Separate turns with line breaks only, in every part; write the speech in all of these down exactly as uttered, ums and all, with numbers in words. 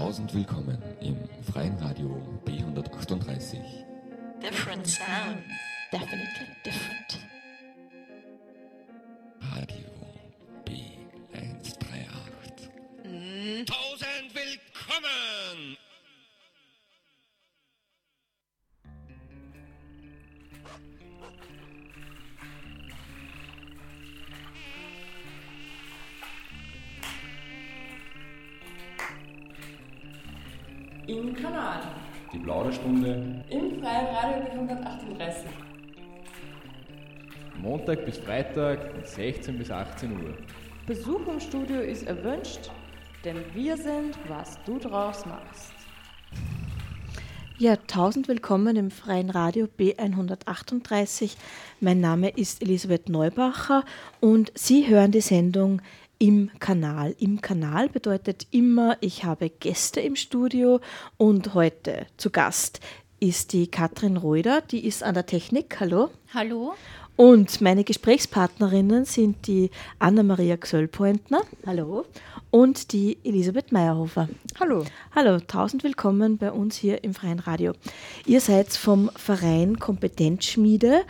Tausend willkommen im freien Radio B hundertachtunddreißig.
Different sound. Definitely different.
Radio B hundertachtunddreißig.
Mm.
Tausend willkommen!
Im Kanal.
Die Plauderstunde.
Im freien Radio B hundertachtunddreißig.
Montag bis Freitag von sechzehn bis achtzehn Uhr.
Besuch im Studio ist erwünscht, denn wir sind, was du draus machst.
Ja, tausend willkommen im freien Radio B hundertachtunddreißig. Mein Name ist Elisabeth Neubacher und Sie hören die Sendung Im Kanal. Im Kanal bedeutet immer, ich habe Gäste im Studio und heute zu Gast ist die Katrin Reuder, die ist an der Technik. Hallo.
Hallo.
Und meine Gesprächspartnerinnen sind die Anna-Maria Gsöllpointner.
Hallo.
Und die Elisabeth Meyerhofer.
Hallo.
Hallo, tausend willkommen bei uns hier im freien Radio. Ihr seid vom Verein Kompetenzschmiede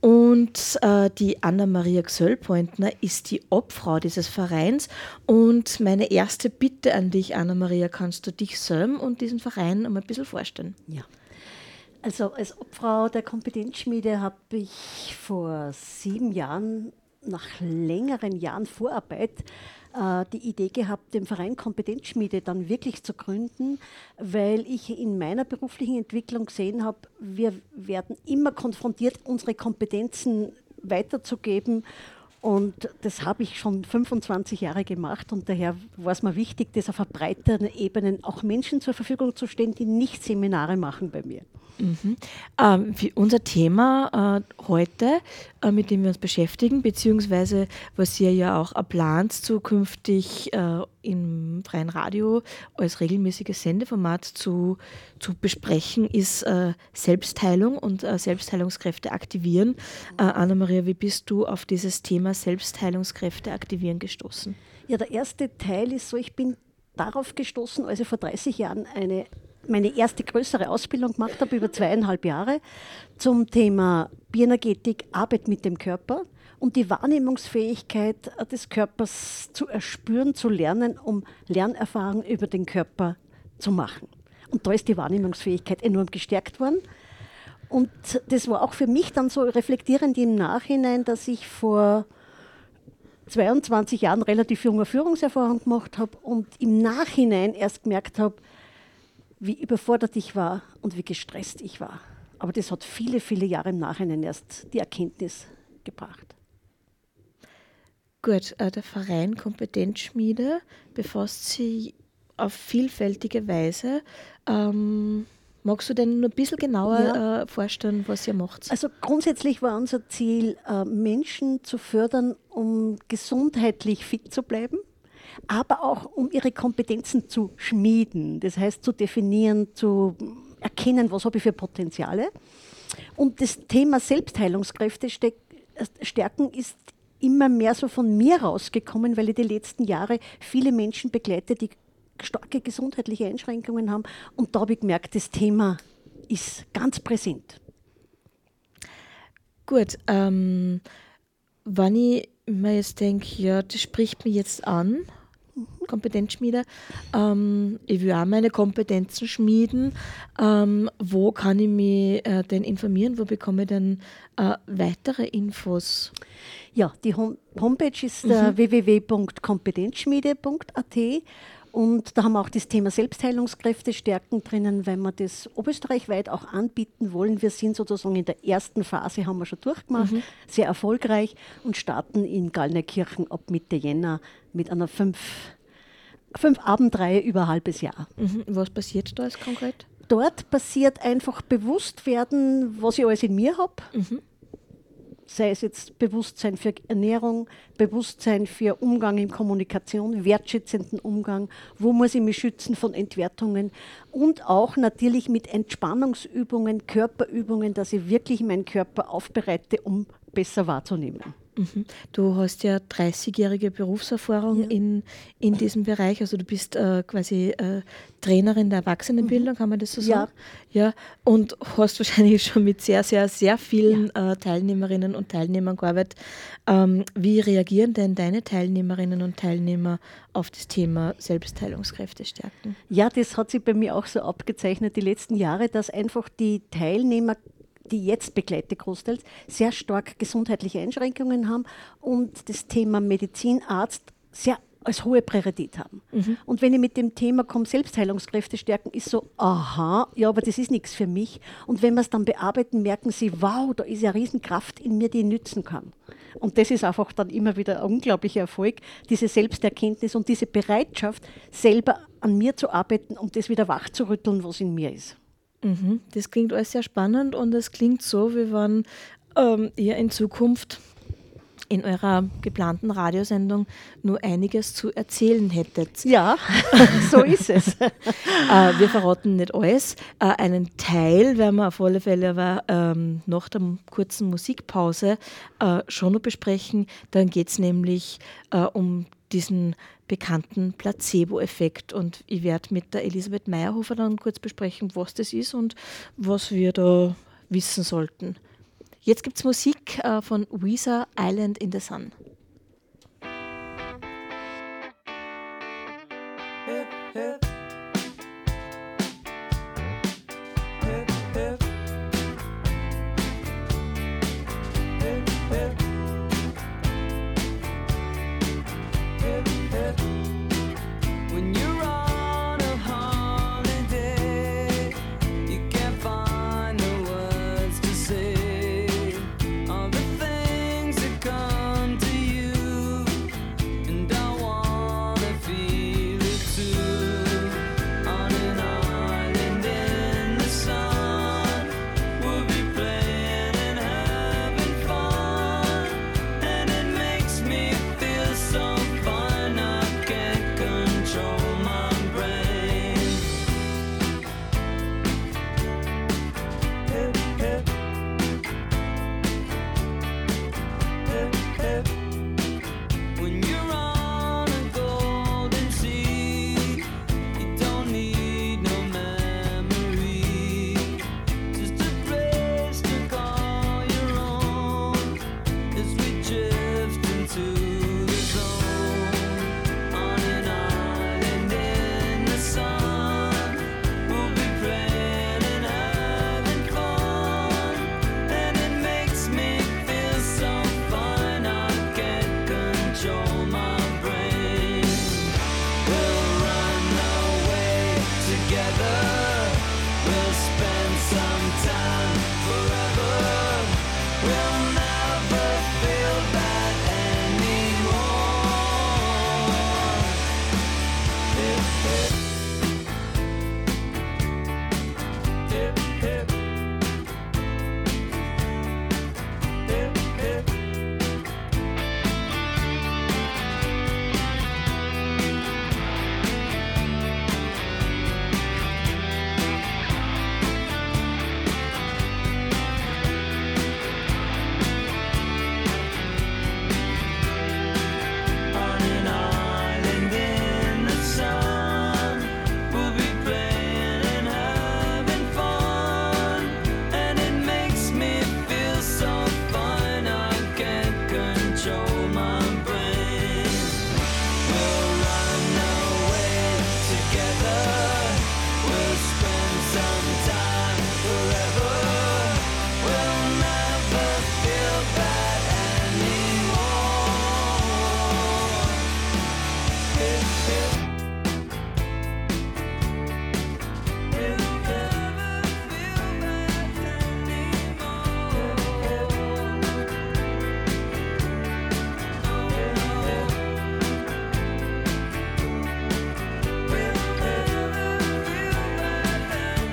und äh, die Anna-Maria Gsöllpointner ist die Obfrau dieses Vereins. Und meine erste Bitte an dich, Anna-Maria, kannst du dich selbst und diesen Verein einmal ein bisschen vorstellen?
Ja. Also als Obfrau der Kompetenzschmiede habe ich vor sieben Jahren, nach längeren Jahren Vorarbeit, äh, die Idee gehabt, den Verein Kompetenzschmiede dann wirklich zu gründen, weil ich in meiner beruflichen Entwicklung gesehen habe, wir werden immer konfrontiert, unsere Kompetenzen weiterzugeben. Und das habe ich schon fünfundzwanzig Jahre gemacht und daher war es mir wichtig, das auf einer breiteren Ebene auch Menschen zur Verfügung zu stellen, die nicht Seminare machen bei mir.
Mhm. Ähm, wie unser Thema äh, heute, äh, mit dem wir uns beschäftigen, beziehungsweise was ihr ja auch plant, zukünftig äh, im freien Radio als regelmäßiges Sendeformat zu, zu besprechen, ist äh, Selbstheilung und äh, Selbstheilungskräfte aktivieren. Äh, Anna-Maria, wie bist du auf dieses Thema Selbstheilungskräfte aktivieren gestoßen?
Ja, der erste Teil ist so, ich bin darauf gestoßen, als ich vor dreißig Jahren eine meine erste größere Ausbildung gemacht habe, über zweieinhalb Jahre, zum Thema Bioenergetik, Arbeit mit dem Körper und die Wahrnehmungsfähigkeit des Körpers zu erspüren, zu lernen, um Lernerfahrungen über den Körper zu machen. Und da ist die Wahrnehmungsfähigkeit enorm gestärkt worden. Und das war auch für mich dann so reflektierend im Nachhinein, dass ich vor zweiundzwanzig Jahren relativ junge Führungserfahrung gemacht habe und im Nachhinein erst gemerkt habe, wie überfordert ich war und wie gestresst ich war. Aber das hat viele, viele Jahre im Nachhinein erst die Erkenntnis gebracht.
Gut, äh, der Verein Kompetenzschmiede befasst sich auf vielfältige Weise. Ähm, magst du denn noch ein bisschen genauer
ja.
äh, vorstellen, was ihr macht?
Also grundsätzlich war unser Ziel, äh, Menschen zu fördern, um gesundheitlich fit zu bleiben, aber auch um ihre Kompetenzen zu schmieden, das heißt zu definieren, zu erkennen, was habe ich für Potenziale. Und das Thema Selbstheilungskräfte stärken ist immer mehr so von mir rausgekommen, weil ich die letzten Jahre viele Menschen begleite, die starke gesundheitliche Einschränkungen haben. Und da habe ich gemerkt, das Thema ist ganz präsent.
Gut, ähm, wenn ich mir jetzt denke, ja, das spricht mich jetzt an, Kompetenzschmiede. Ähm, ich will auch meine Kompetenzen schmieden. Ähm, wo kann ich mich äh, denn informieren? Wo bekomme ich denn äh, weitere Infos?
Ja, die Home- Homepage ist äh,
Mhm.
w w w punkt kompetenzschmiede punkt a t und da haben wir auch das Thema Selbstheilungskräfte stärken drinnen, weil wir das oberösterreichweit auch anbieten wollen. Wir sind sozusagen in der ersten Phase, haben wir schon durchgemacht,
Mhm.
sehr erfolgreich und starten in Gallnerkirchen ab Mitte Jänner mit einer fünf, fünf Abendreihe über ein halbes Jahr.
Mhm. Was passiert da jetzt konkret?
Dort passiert einfach bewusst werden, was ich alles in mir habe.
Mhm.
Sei es jetzt Bewusstsein für Ernährung, Bewusstsein für Umgang in Kommunikation, wertschätzenden Umgang, wo muss ich mich schützen von Entwertungen und auch natürlich mit Entspannungsübungen, Körperübungen, dass ich wirklich meinen Körper aufbereite, um besser wahrzunehmen.
Mhm. Du hast ja dreißigjährige Berufserfahrung
Ja.
in, in diesem Bereich. Also du bist äh, quasi äh, Trainerin der Erwachsenenbildung, kann man das so sagen? Ja. Ja. Und hast wahrscheinlich schon mit sehr, sehr, sehr vielen äh, Teilnehmerinnen und Teilnehmern gearbeitet. Ähm, wie reagieren denn deine Teilnehmerinnen und Teilnehmer auf das Thema Selbstheilungskräfte stärken?
Ja, das hat sich bei mir auch so abgezeichnet die letzten Jahre, dass einfach die Teilnehmer, die ich jetzt begleite, großteils, sehr stark gesundheitliche Einschränkungen haben und das Thema Medizin, Arzt sehr als hohe Priorität haben. Mhm. Und wenn ich mit dem Thema komme, Selbstheilungskräfte stärken, ist so, aha, ja, aber das ist nichts für mich. Und wenn wir es dann bearbeiten, merken sie, wow, da ist ja Riesenkraft in mir, die ich nützen kann. Und das ist einfach dann immer wieder ein unglaublicher Erfolg, diese Selbsterkenntnis und diese Bereitschaft, selber an mir zu arbeiten, um das wieder wachzurütteln, was in mir ist.
Mhm. Das klingt alles sehr spannend und es klingt so, wie wenn ähm, ihr in Zukunft in eurer geplanten Radiosendung nur einiges zu erzählen hättet.
Ja, so ist es.
äh, wir verraten nicht alles. Äh, einen Teil werden wir auf alle Fälle aber ähm, nach der kurzen Musikpause äh, schon noch besprechen. Dann geht es nämlich äh, um diesen bekannten Placebo-Effekt. Und ich werde mit der Elisabeth Meyerhofer dann kurz besprechen, was das ist und was wir da wissen sollten. Jetzt gibt es Musik äh, von Weezer, Island in the Sun.
Hip, hip. Hip, hip. Hip, hip. Hip, hip. When you're on a holiday, you can't find the words to say all the things that come to you, and I wanna feel it too. On an island in the sun, we'll be playing and having fun, and it makes me feel so fine I can't control my brain. Hip, hip. Hip, hip. When you're on a golden sea, you don't need no memory, just a place to call your own as we drift into the zone. On an island in the sun, we'll be playing and having fun, and it makes me feel so fine I can't control my brain. We'll run away together, we'll spend some time forever, we'll never feel bad anymore. Hip, hip. Hip, hip. Hip, hip. On an island in the sun, we'll be playing and having fun, and it makes me feel so fine I can't control my brain. We'll run away together, we'll spend some time forever, we'll never feel bad anymore. Hip, hip. Hip, hip. Never feel bad anymore. Hip, hip. We'll never feel bad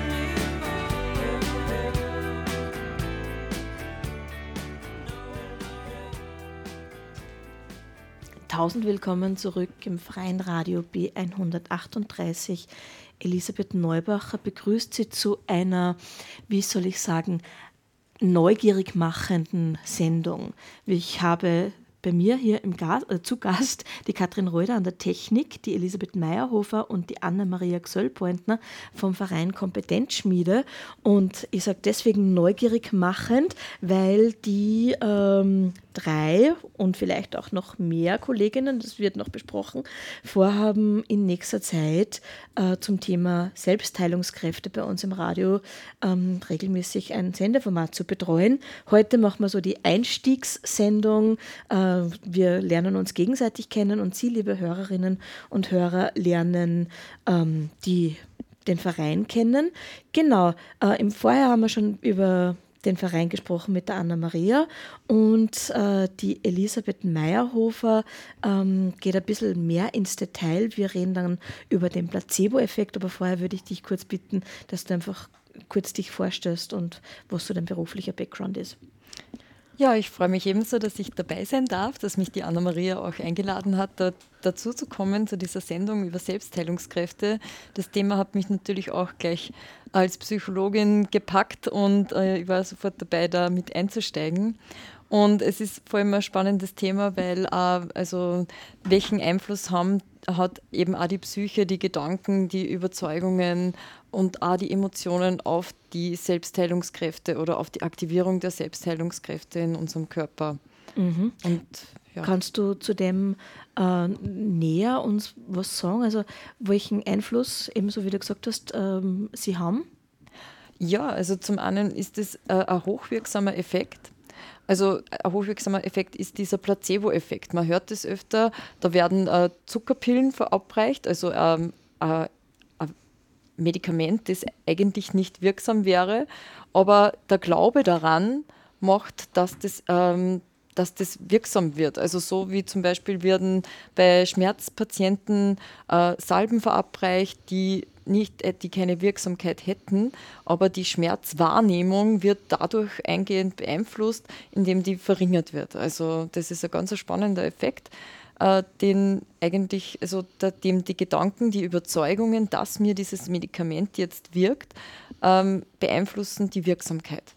anymore.
Tausend willkommen zurück im Freien Radio B hundertachtunddreißig. Elisabeth Neubacher begrüßt Sie zu einer, wie soll ich sagen, neugierig machenden Sendung. Ich habe bei mir hier im Gas, äh, zu Gast die Katrin Röder an der Technik, die Elisabeth Meyerhofer und die Anna-Maria Gsöll-Pointner vom Verein Kompetenzschmiede. Und ich sage deswegen neugierig machend, weil die ähm, drei und vielleicht auch noch mehr Kolleginnen, das wird noch besprochen, vorhaben in nächster Zeit äh, zum Thema Selbstheilungskräfte bei uns im Radio ähm, regelmäßig ein Sendeformat zu betreuen. Heute machen wir so die Einstiegssendung. Äh, wir lernen uns gegenseitig kennen und Sie, liebe Hörerinnen und Hörer, lernen ähm, die, den Verein kennen. Genau, äh, im Vorher haben wir schon über den Verein gesprochen mit der Anna-Maria und äh, die Elisabeth Meyerhofer ähm, geht ein bisschen mehr ins Detail. Wir reden dann über den Placebo-Effekt, aber vorher würde ich dich kurz bitten, dass du einfach kurz dich vorstellst und was so dein beruflicher Background ist.
Ja, ich freue mich ebenso, dass ich dabei sein darf, dass mich die Anna-Maria auch eingeladen hat, da, dazu zu kommen, zu dieser Sendung über Selbstheilungskräfte. Das Thema hat mich natürlich auch gleich als Psychologin gepackt und äh, ich war sofort dabei, da mit einzusteigen. Und es ist vor allem ein spannendes Thema, weil äh, also welchen Einfluss haben, hat eben auch die Psyche, die Gedanken, die Überzeugungen und auch die Emotionen auf die Selbstheilungskräfte oder auf die Aktivierung der Selbstheilungskräfte in unserem Körper.
Mhm.
Und, ja.
Kannst du zu dem äh, näher uns was sagen? Also welchen Einfluss, ebenso wie du gesagt hast, ähm, sie haben?
Ja, also zum einen ist es äh, ein hochwirksamer Effekt. Also ein hochwirksamer Effekt ist dieser Placebo-Effekt. Man hört es öfter, da werden äh, Zuckerpillen verabreicht, also ähm, äh, ein Medikament, das eigentlich nicht wirksam wäre, aber der Glaube daran macht, dass das, ähm, dass das wirksam wird. Also so wie zum Beispiel werden bei Schmerzpatienten äh, Salben verabreicht, die nicht, die keine Wirksamkeit hätten, aber die Schmerzwahrnehmung wird dadurch eingehend beeinflusst, indem die verringert wird. Also das ist ein ganz spannender Effekt, äh, den eigentlich, also da, dem die Gedanken, die Überzeugungen, dass mir dieses Medikament jetzt wirkt, ähm, beeinflussen die Wirksamkeit.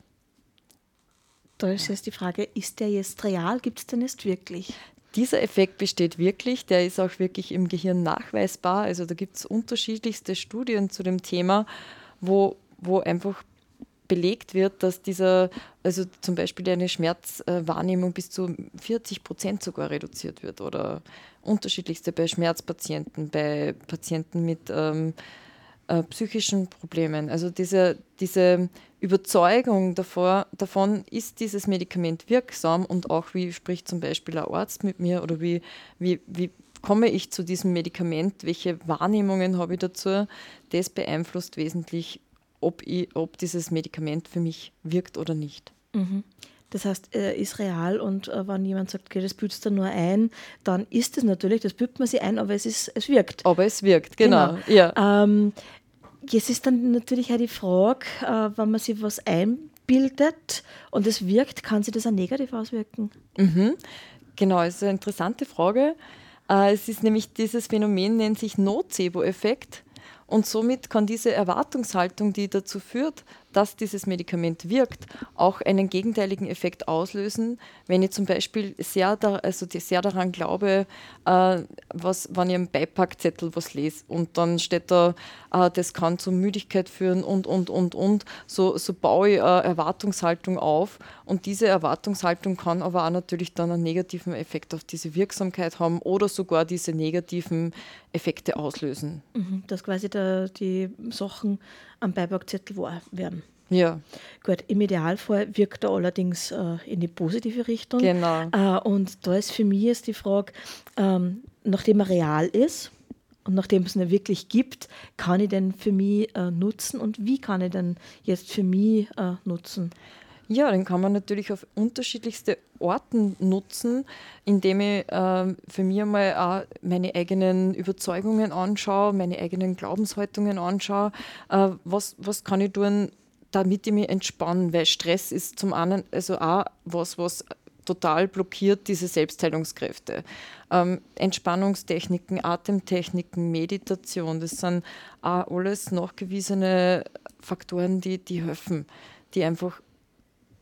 Da ist jetzt die Frage, ist der jetzt real? Gibt es den jetzt wirklich?
Dieser Effekt besteht wirklich, der ist auch wirklich im Gehirn nachweisbar. Also da gibt es unterschiedlichste Studien zu dem Thema, wo, wo einfach belegt wird, dass dieser, also zum Beispiel eine Schmerzwahrnehmung bis zu vierzig Prozent sogar reduziert wird oder unterschiedlichste bei Schmerzpatienten, bei Patienten mit ähm, äh, psychischen Problemen. Also diese, diese Überzeugung davor, davon, ist dieses Medikament wirksam und auch wie spricht zum Beispiel ein Arzt mit mir oder wie, wie, wie komme ich zu diesem Medikament, welche Wahrnehmungen habe ich dazu, das beeinflusst wesentlich, ob, ich, ob dieses Medikament für mich wirkt oder nicht.
Mhm. Das heißt, er ist real und äh, wenn jemand sagt, okay, das bildest du nur ein, dann ist es natürlich, das bildet man sich ein, aber es, ist, es wirkt.
Aber es wirkt, genau. genau. Ja.
Ähm, jetzt ist dann natürlich auch die Frage, äh, wenn man sich was einbildet und es wirkt, kann sich das auch negativ auswirken?
Mhm. Genau, das ist eine interessante Frage. Äh, es ist nämlich, dieses Phänomen nennt sich Nocebo-Effekt. Und somit kann diese Erwartungshaltung, die dazu führt, dass dieses Medikament wirkt, auch einen gegenteiligen Effekt auslösen. Wenn ich zum Beispiel sehr, da, also sehr daran glaube, äh, was, wenn ich am Beipackzettel was lese und dann steht da, äh, das kann zu Müdigkeit führen und, und, und, und, so, so baue ich eine Erwartungshaltung auf. Und diese Erwartungshaltung kann aber auch natürlich dann einen negativen Effekt auf diese Wirksamkeit haben oder sogar diese negativen Effekte auslösen.
Mhm, dass quasi der, die Sachen am Beipackzettel wahr werden.
Ja.
Gut, im Idealfall wirkt er allerdings äh, in die positive Richtung.
Genau.
Äh, und da ist für mich jetzt die Frage, ähm, nachdem er real ist und nachdem es ihn wirklich gibt, kann ich den für mich äh, nutzen und wie kann ich den jetzt für mich äh, nutzen?
Ja, den kann man natürlich auf unterschiedlichste Orten nutzen, indem ich äh, für mich einmal auch meine eigenen Überzeugungen anschaue, meine eigenen Glaubenshaltungen anschaue. Äh, was, was kann ich tun, damit ich mich entspanne? Weil Stress ist zum einen also auch was, was total blockiert diese Selbstheilungskräfte. Ähm, Entspannungstechniken, Atemtechniken, Meditation, das sind auch alles nachgewiesene Faktoren, die, die helfen, die einfach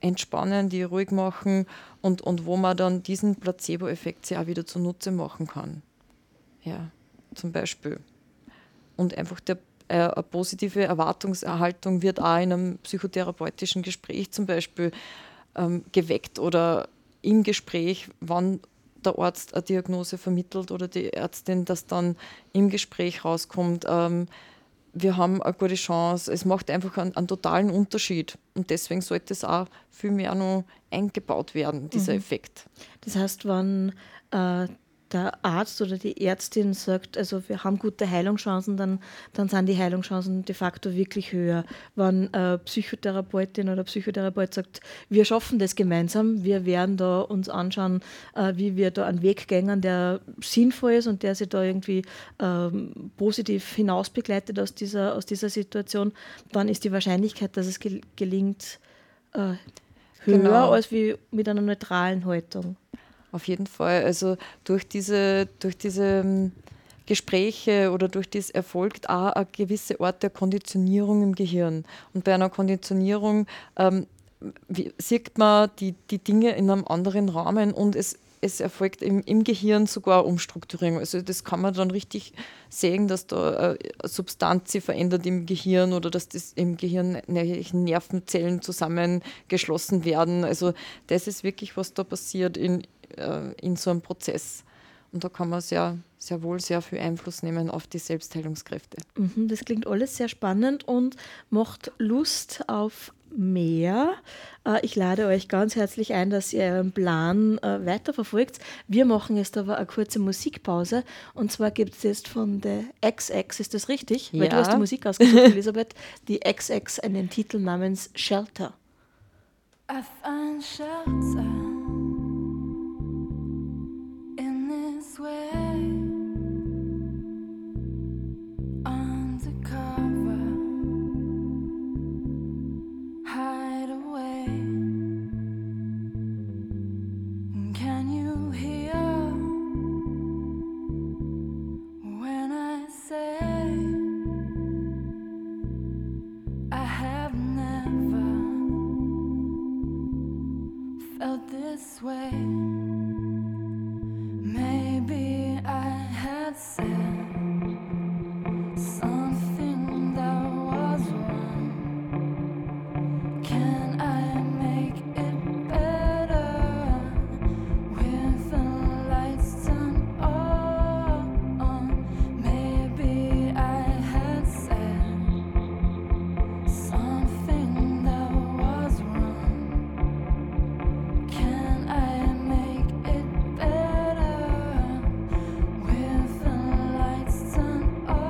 entspannen, die ruhig machen und, und wo man dann diesen Placebo-Effekt sich auch wieder zunutze machen kann. Ja, zum Beispiel. Und einfach der, äh, eine positive Erwartungserhaltung wird auch in einem psychotherapeutischen Gespräch zum Beispiel ähm, geweckt oder im Gespräch, wann der Arzt eine Diagnose vermittelt oder die Ärztin, dass dann im Gespräch rauskommt, ähm, wir haben eine gute Chance. Es macht einfach einen, einen totalen Unterschied. Und deswegen sollte es auch viel mehr noch eingebaut werden, dieser
Mhm.
Effekt.
Das heißt, wenn äh, der Arzt oder die Ärztin sagt, also wir haben gute Heilungschancen, dann, dann sind die Heilungschancen de facto wirklich höher. Wenn äh, Psychotherapeutin oder Psychotherapeut sagt, wir schaffen das gemeinsam, wir werden da uns anschauen, äh, wie wir da einen Weg gehen, der sinnvoll ist und der sich da irgendwie ähm, positiv hinaus begleitet aus dieser, aus dieser Situation, dann ist die Wahrscheinlichkeit, dass es gel- gelingt, äh, höher
Genau.
als wie mit einer neutralen Haltung.
Auf jeden Fall. Also durch diese, durch diese ähm, Gespräche oder durch das erfolgt auch eine gewisse Art der Konditionierung im Gehirn. Und bei einer Konditionierung ähm, wie, sieht man die, die Dinge in einem anderen Rahmen und es, es erfolgt im, im Gehirn sogar Umstrukturierung. Also das kann man dann richtig sehen, dass da äh, eine Substanz sich verändert im Gehirn oder dass das im Gehirn ne- Nervenzellen zusammengeschlossen werden. Also das ist wirklich, was da passiert in, äh, in so einem Prozess. Und da kann man sehr, sehr wohl sehr viel Einfluss nehmen auf die Selbstheilungskräfte.
Mhm, das klingt alles sehr spannend und macht Lust auf mehr. Äh, Ich lade euch ganz herzlich ein, dass ihr euren Plan äh, weiterverfolgt. Wir machen jetzt aber eine kurze Musikpause und zwar gibt es jetzt von der X X, ist das richtig? Weil du
Ja.
hast die Musik ausgesucht, Elisabeth. Die X X einen Titel namens Shelter.
I find shelter in this way, undercover, hide away. Can you hear when I say I have never felt this way? Maybe I had said something that was wrong. Can I make it better with the lights turned on? Maybe I had said something that was wrong. Can I make it better with the lights turned on?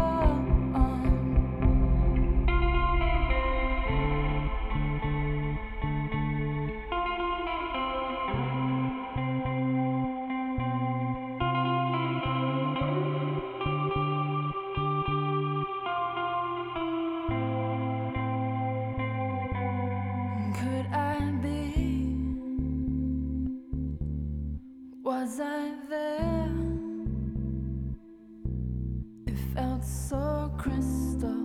Could I be? Was I there? It felt so crystal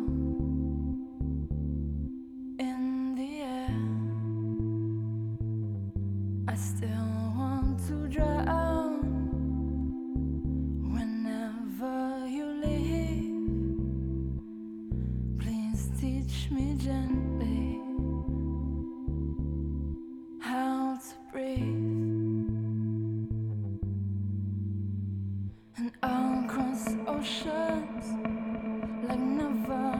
in the air. I still want to drown whenever you leave. Please teach me gently how to breathe. And I'll cross oceans like never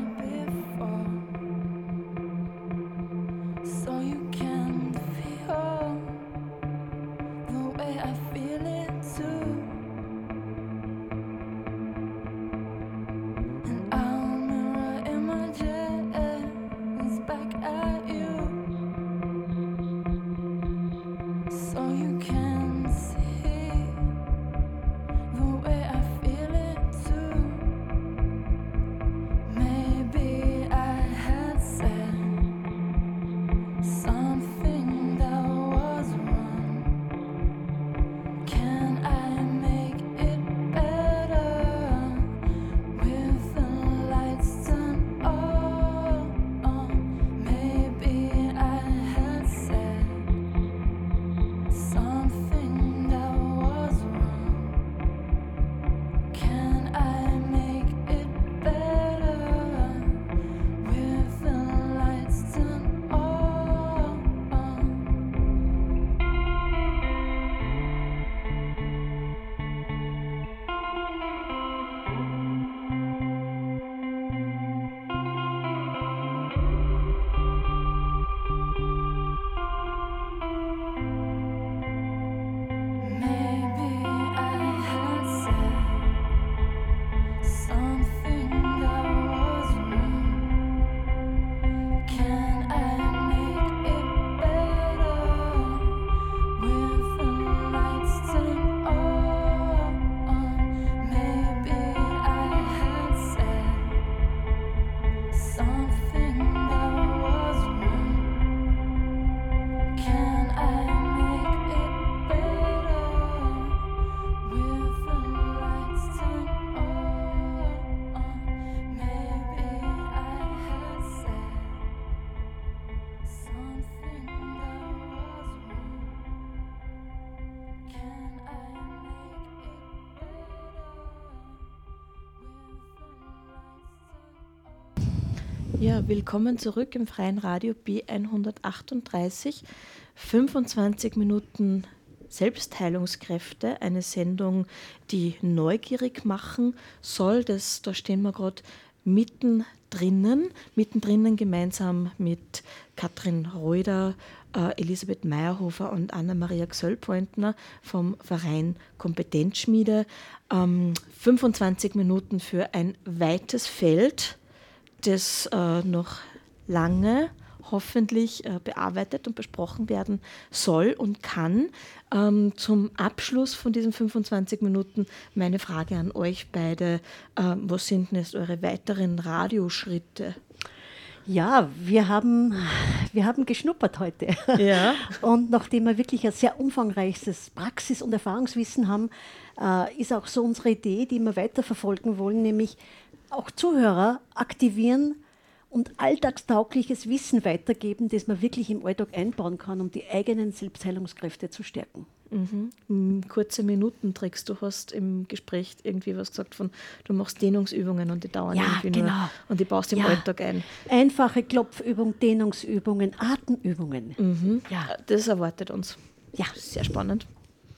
Ja, willkommen zurück im Freien Radio B hundertachtunddreißig. fünfundzwanzig Minuten Selbstheilungskräfte, eine Sendung, die neugierig machen soll. Das, da stehen wir gerade mittendrin, mittendrin gemeinsam mit Katrin Reuder, äh, Elisabeth Meyerhofer und Anna-Maria Gsöll-Pointner vom Verein Kompetenzschmiede. Ähm, fünfundzwanzig Minuten für ein weites Feld, das äh, noch lange hoffentlich äh, bearbeitet und besprochen werden soll und kann. Ähm, zum Abschluss von diesen fünfundzwanzig Minuten meine Frage an euch beide. Äh, was sind denn jetzt eure weiteren Radioschritte?
Ja, wir haben, wir haben geschnuppert heute.
Ja.
Und nachdem wir wirklich ein sehr umfangreiches Praxis- und Erfahrungswissen haben, äh, ist auch so unsere Idee, die wir weiterverfolgen wollen, nämlich auch Zuhörer aktivieren und alltagstaugliches Wissen weitergeben, das man wirklich im Alltag einbauen kann, um die eigenen Selbstheilungskräfte zu stärken.
Mhm. Kurze Minutentricks. Du hast im Gespräch irgendwie was gesagt von, du machst Dehnungsübungen und die dauern
Ja,
irgendwie
genau.
nur und die baust im
Ja.
Alltag ein.
Einfache Klopfübung, Dehnungsübungen, Atemübungen.
Mhm.
Ja.
Das erwartet uns.
Ja.
Sehr spannend.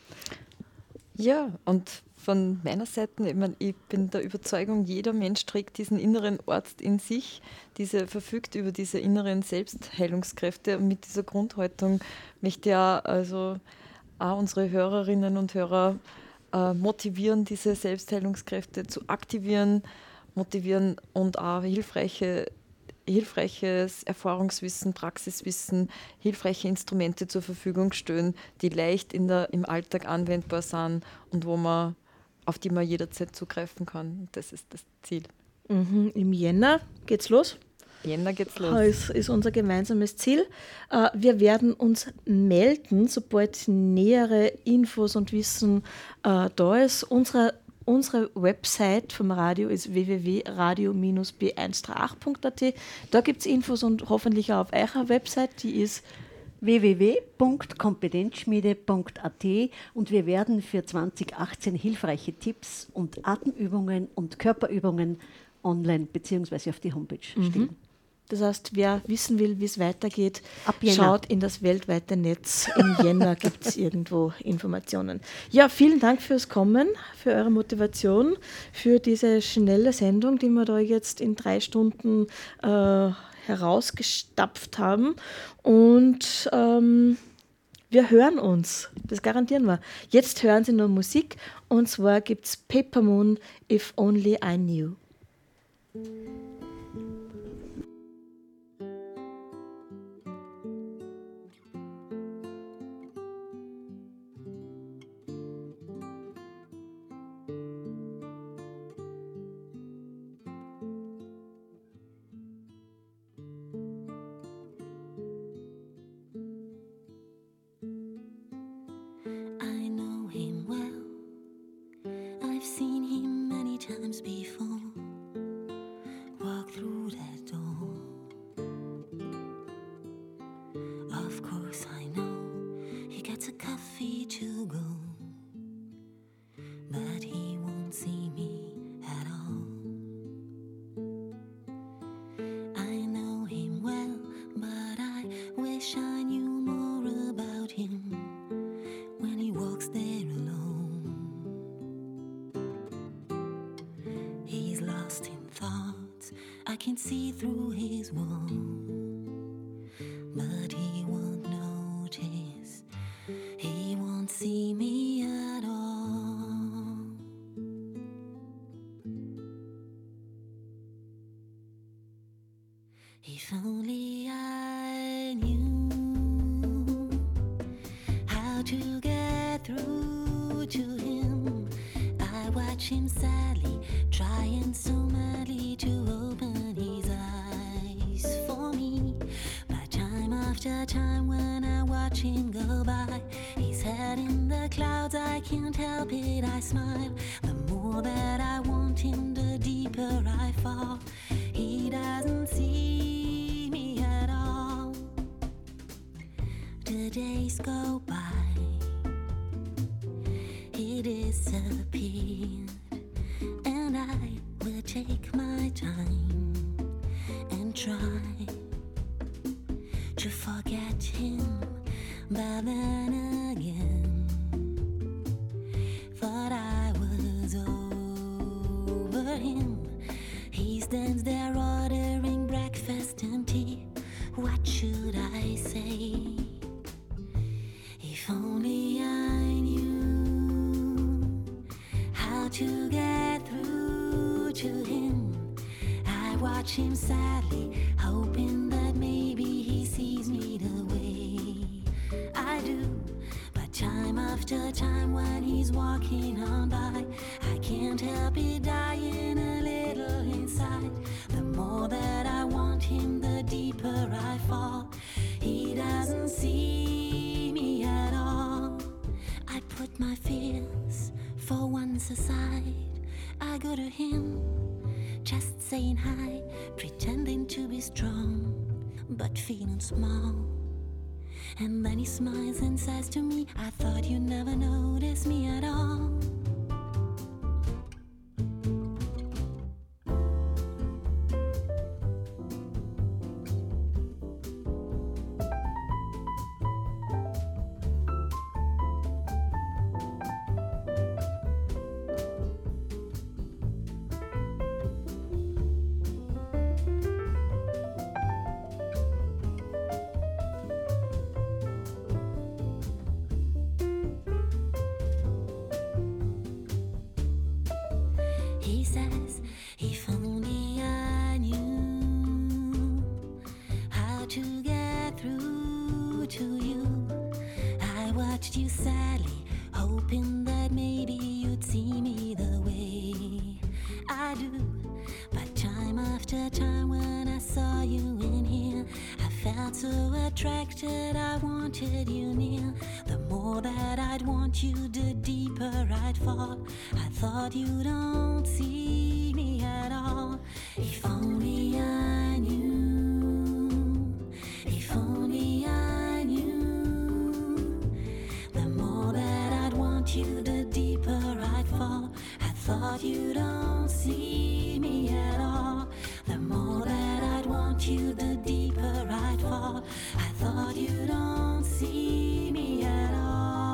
Ja, und von meiner Seite, ich, meine, ich bin der Überzeugung, jeder Mensch trägt diesen inneren Arzt in sich, diese, verfügt über diese inneren Selbstheilungskräfte. Und mit dieser Grundhaltung möchte ich auch, also auch unsere Hörerinnen und Hörer äh, motivieren, diese Selbstheilungskräfte zu aktivieren, motivieren und auch hilfreiche hilfreiches Erfahrungswissen, Praxiswissen, hilfreiche Instrumente zur Verfügung stellen, die leicht in der, im Alltag anwendbar sind und wo man, auf die man jederzeit zugreifen kann. Das ist das Ziel.
Mhm. Im Jänner geht's los.
Jänner geht's los.
Das ist unser gemeinsames Ziel. Äh, Wir werden uns melden, sobald nähere Infos und Wissen äh, da ist. Unsere Unsere Website vom Radio ist w w w punkt radio dash b eins drei acht punkt a t. Da gibt es Infos und hoffentlich auch auf eurer Website, die ist
w w w punkt kompetenzschmiede punkt a t und wir werden für zwanzig achtzehn hilfreiche Tipps und Atemübungen und Körperübungen online bzw. auf die Homepage stellen.
Das heißt, wer wissen will, wie es weitergeht,
Ab Jänner.
schaut in das weltweite Netz. Im Jänner gibt es irgendwo Informationen. Ja, vielen Dank fürs Kommen, für eure Motivation, für diese schnelle Sendung, die wir da jetzt in drei Stunden äh, herausgestapft haben. Und ähm, wir hören uns, das garantieren wir. Jetzt hören Sie nur Musik, und zwar gibt es Paper Moon, If Only I Knew.
I know him well. I've seen him many times before. Walk through that door. Of course I know he gets a coffee to go, but he won't see me at all. I know him well, but I wish I knew more about him when he walks there alone. He's lost in thoughts, I can see through his wall, but he won't notice, he won't see me at all. If only I knew how to get through to him. I watch him sadly, trying so madly to open his eyes for me. But time after time when I watch him go by, his head in the clouds, I can't help it, I smile. The more that I want him, the deeper I fall. He doesn't see me at all. The days go by, he disappeared, and I will take my time and try to forget him, but then again thought I was over him. He stands there ordering breakfast and tea. What should I say? If only I knew how to get through to him. I watch him sadly, hoping that maybe he sees me the way I do. But time after time when he's walking on by, I can't help it dying a little inside. The more that I want him, the deeper I fall. He doesn't see me at all. I put my fears for once aside. I go to him, just saying hi, pretending to be strong, but feeling small. And then he smiles and says to me, I thought you never noticed me at all. He says, if only I knew how to get through to you. I watched you sadly, hoping that maybe you'd see me the way I do. But time after time when I saw you in here, I felt so attracted, I wanted you near. The more that I'd want you, the deeper I'd fall. I thought you don't see me at all. If only I knew, if only I knew. The more that I'd want you, the deeper I'd fall. I thought you don't see me at all. The more that I'd want you, the deeper I'd fall. I thought you don't see me at all.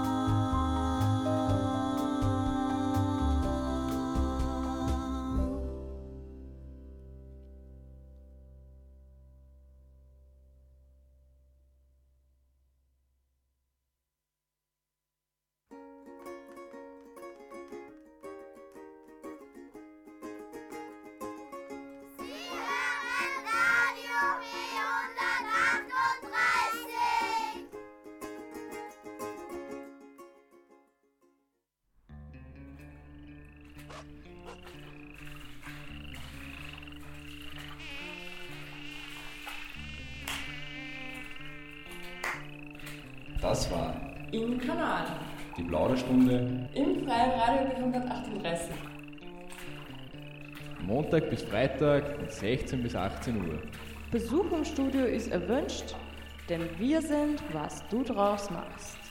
Das war
Im Kanal.
die Plauderstunde.
Im Freien Radio B hundertachtunddreißig.
Montag bis Freitag von sechzehn bis achtzehn Uhr.
Besuch im Studio ist erwünscht, denn wir sind, was du draus machst.